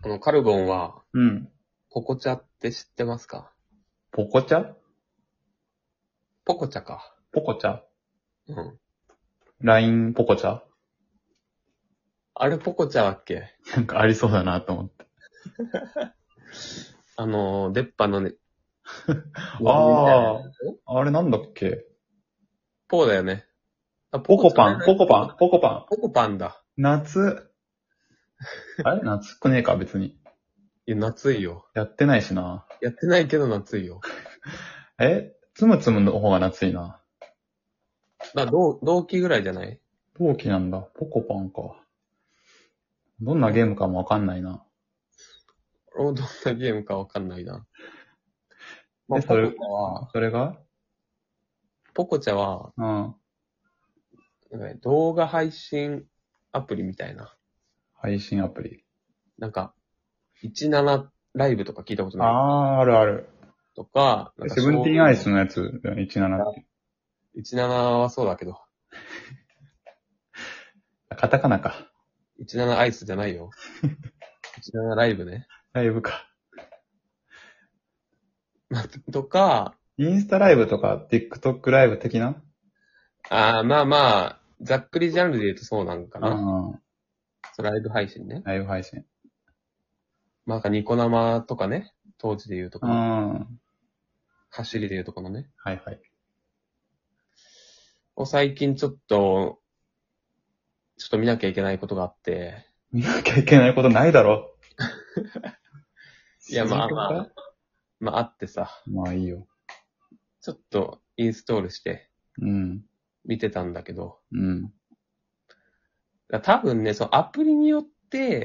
カルボンは、 うん。 ポコチャって知ってますか？ ポコチャポコチャか。 ポコチャうん。 ラインポコチャあれポコチャだっけ？ なんかありそうだなと思って。 出っ歯のね、 ああ、あれなんだっけポーだよね。あ、 ポコパン、 チャポコパン、ポコパポコパンだ。 ン。夏。あれ夏くねえか、別に。 いや、夏いよ。 やってないしな。 やってないけど夏いよ。 つむつむの方が夏いな。 同期ぐらいじゃない？ 同期なんだ。ポコパンか。どんなゲームかもわかんないな。 俺もどんなゲームかわかんないな。まあ、 それ、 ポそれがコチャは、 うん。 なんかね、動画配信アプリみたいな。 配信アプリ。 なんか、17ライブとか聞いたことないあるある。 とか、なんかセブンティーンアイスのやつ、17って。 17はそうだけど、 カタカナか。 17アイスじゃないよ。17ライブね。 ライブか。 とか、 インスタライブとか、TikTok ライブ的なまあ、ざっくりジャンルで言うとそうなんかな。 うん。 そうライブ配信ね。 ライブ配信。 まあ、なんかニコ生とかね。当時で言うとうん。 か、 は走りで言うとこのね。 いはい。 最近ちょっと見なきゃいけないことがあって。 見なきゃいけないことないだろ。 いや、まああってさ。 まあいいよ。 ちょっとインストールしてうん。 見てたんだけど。 うん。 多分ね、そのアプリによって、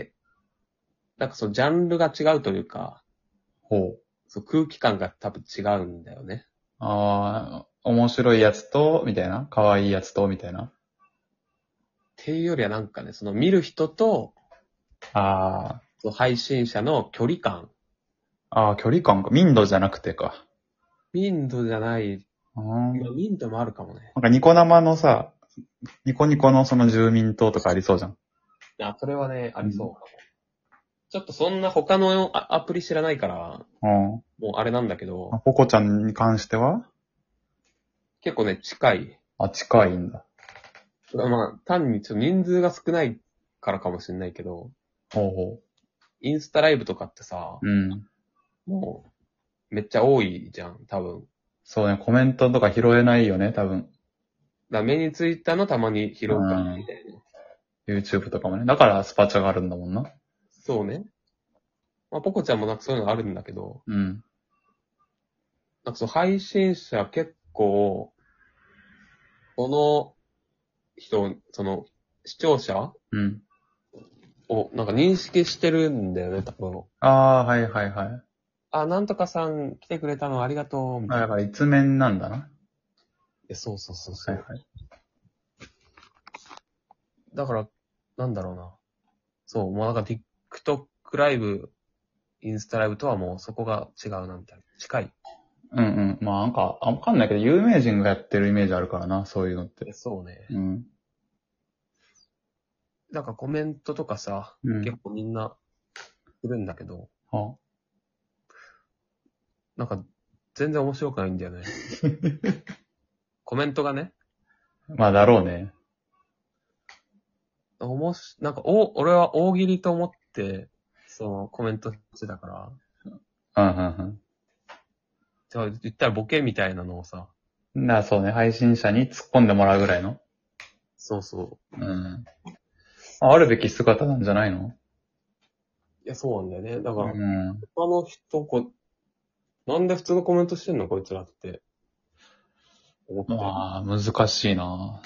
なんかそのジャンルが違うというか、 ほう。 そう空気感が多分違うんだよね。 面白いやつと、みたいな。可愛いやつと、みたいな。 っていうよりはなんかね、その見る人と、 あその配信者の距離感。 距離感か。民度じゃなくてか。 民度じゃない、 うん。 まあ、民度もあるかもね。 なんかニコ生のさ、ニコニコのその住民党とかありそうじゃん。 それはね、ありそうかも。ちょっとそんな他のアプリ知らないから、 うん。 もうあれなんだけど、 ポコちゃんに関しては結構ね、近い。 近いんだ。 まあ、単にちょっと人数が少ないからかもしれないけど、 ほうほインスタライブとかってさ、 う。うん。 もう、めっちゃ多いじゃん、多分。 そうね、コメントとか拾えないよね、多分。 目についたのたまに拾うかみたいな。 YouTube とかもね。だからスパチャがあるんだもんな。 そうね。まあ、ポコちゃんもなんかそういうのあるんだけど、 うん。 なんかその配信者結構、この人、その視聴者うん。 をなんか認識してるんだよね、多分。 はいはいはい。 なんとかさん来てくれたのありがとう、みたいな。 だから一面なんだな。 そうそうそうそう。 はいはい。 だから、なんだろうな。そう、もうなんか TikTok ライブ、インスタライブとはもうそこが違うな、みたいな。近い。 うんうん。まあなんか、わかんないけど、有名人がやってるイメージあるからな、そういうのって。 そうね。 うん。 なんかコメントとかさ、 うん。 結構みんな、するんだけど、 はなんか、全然面白くないんだよね。コメントがね。 まあだろうね。 なんか、俺は大喜利と思って、そのコメントしてたから、 うんじゃあ言ったらボケみたいなのをさ、 そうね、配信者に突っ込んでもらうぐらいの。 そうそう。 うん。あるべき姿なんじゃないのいや、そうなんだよね。だから、 うん。 他の人、なんで普通のコメントしてんのこいつらって、思って。 まあ、難しいな。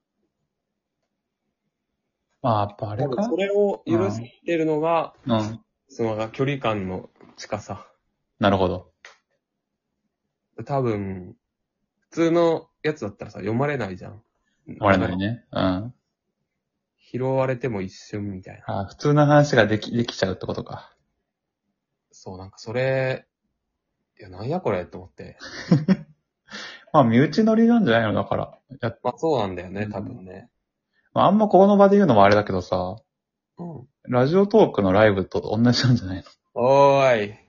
まあ、やっぱあれか多分それを許してるのが、 うん。 その距離感の近さ。 なるほど。 多分、普通のやつだったらさ、読まれないじゃん。 割れないね。うん。 拾われても一瞬みたいな。 普通の話ができちゃうってことか。 そう、なんかそれ、いや、なんやこれと思って。 まあ、身内乗りなんじゃないのだから。 まあそうなんだよね、多分ね。 まあ、あんまここの場で言うのもあれだけどさ、 うん。 ラジオトークのライブと同じなんじゃないおーい。い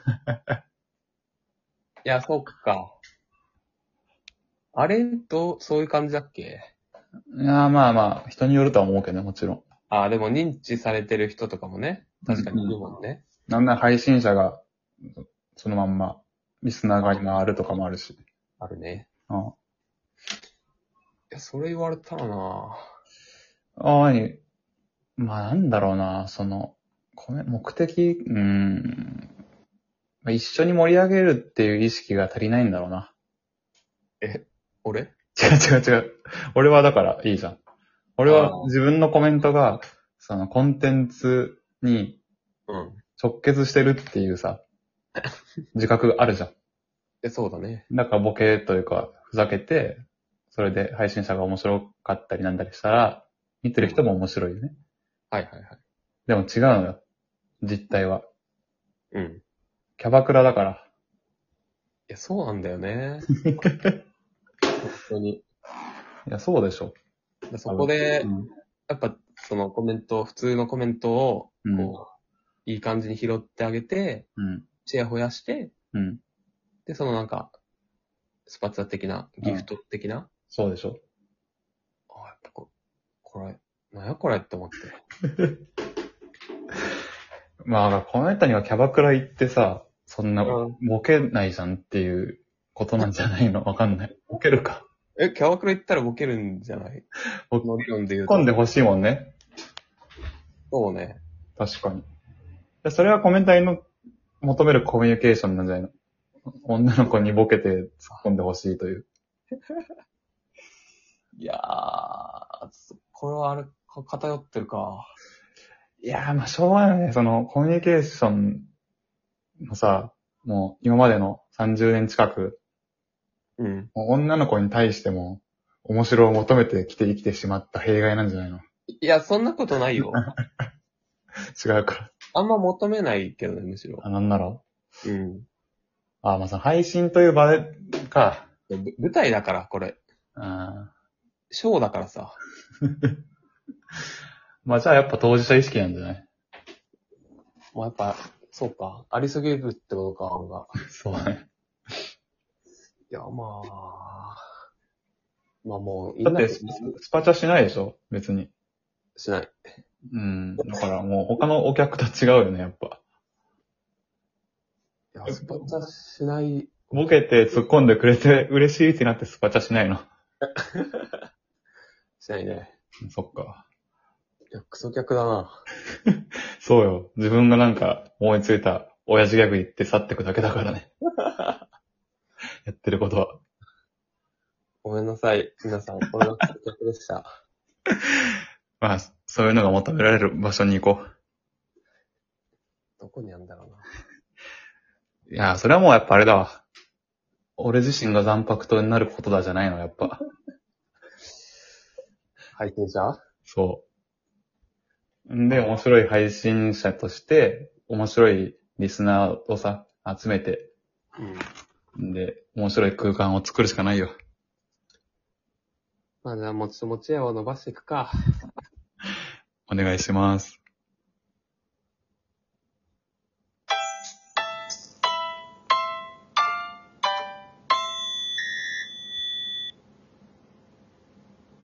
や、そっか。あれと、そういう感じだっけ？ の？いや、まあまあ、人によるとは思うけどね、もちろん。 あ、でも認知されてる人とかもね、確かにいるもんね。 なんなら配信者が、そのまんま、リスナー側に回るとかもあるし。 あるね。 うん。 いや、それ言われたらなああ、まあなんだろうな、目的、まあ一緒に盛り上げるっていう意識が足りないんだろうな。 俺違う違う違う。俺はだからいいじゃん。俺は自分のコメントが、そのコンテンツにうん。 直結してるっていうさ、自覚があるじゃん。 そうだね。 だからボケというか、ふざけて、それで配信者が面白かったりなんだりしたら、見てる人も面白いよね。 はいはいはい。 でも違うのよ。実態は。 うん。 キャバクラだから。 いや、そうなんだよね。本当に。 いや、そうでしょ。 そこでう、ん。 やっぱ、そのコメント、普通のコメントを、 うんこう、いい感じに拾ってあげて、 うん。 チヤホヤして、 うん。 で、そのなんか、スパツァ的な、ギフト的な、 そうでしょ。 やっぱこれ、なんやこれって思って。 まあ、この人にはキャバクラ行ってさ、そんなうんボケないじゃんっていうことなんじゃないの？わかんない。ボケるか。 キャバクラ行ったらボケるんじゃない？ ボの理論で言うと。 込んでほしいもんね。 そうね。 確かに。でそれはコメンターの求めるコミュニケーションなんじゃないの？女の子にボケて突っ込んでほしいという。 いやー、これはあれ、偏ってるか。 いやー、まあ、しょうがないよね。その、コミュニケーションのさ、もう今までの30年近く、 うん。 もう女の子に対しても面白を求めて生きてしまった弊害なんじゃないの？ いや、そんなことないよ。 違うか。 あんま求めないけどね、むしろ。 なんならうん。 まあその配信という場で、か。 舞台だから、これ。 あショーだからさ。 まあじゃあやっぱ当事者意識なんじゃない？ まあやっぱ、そうか。ありすぎるってことか、案が。 そうね。 いや、まあもう、いいなだってスパチャしないでしょ別に。 しない。 うん。だからもう他のお客と違うよね、やっぱ。 いや、スパチャしない。 ボケて突っ込んでくれて嬉しいってなってスパチャしないの？ しないね。 そっか。 いや、クソ客だな。 そうよ。自分がなんか思いついた親父ギャグ言って去ってくだけだからね。やってることは。 ごめんなさい。皆さん、これがクソ客でした。 まあ、そういうのが求められる場所に行こどこにあるんだろうな。 う。いや、それはもうやっぱあれだわ。俺自身が残白となることだじゃないの、やっぱ。 配信者？ そう。んで、面白い配信者として、面白いリスナーをさ、集めて、 うん。 んで、面白い空間を作るしかないよ。 まあじゃあ、もち屋を伸ばしていくか。 お願いします。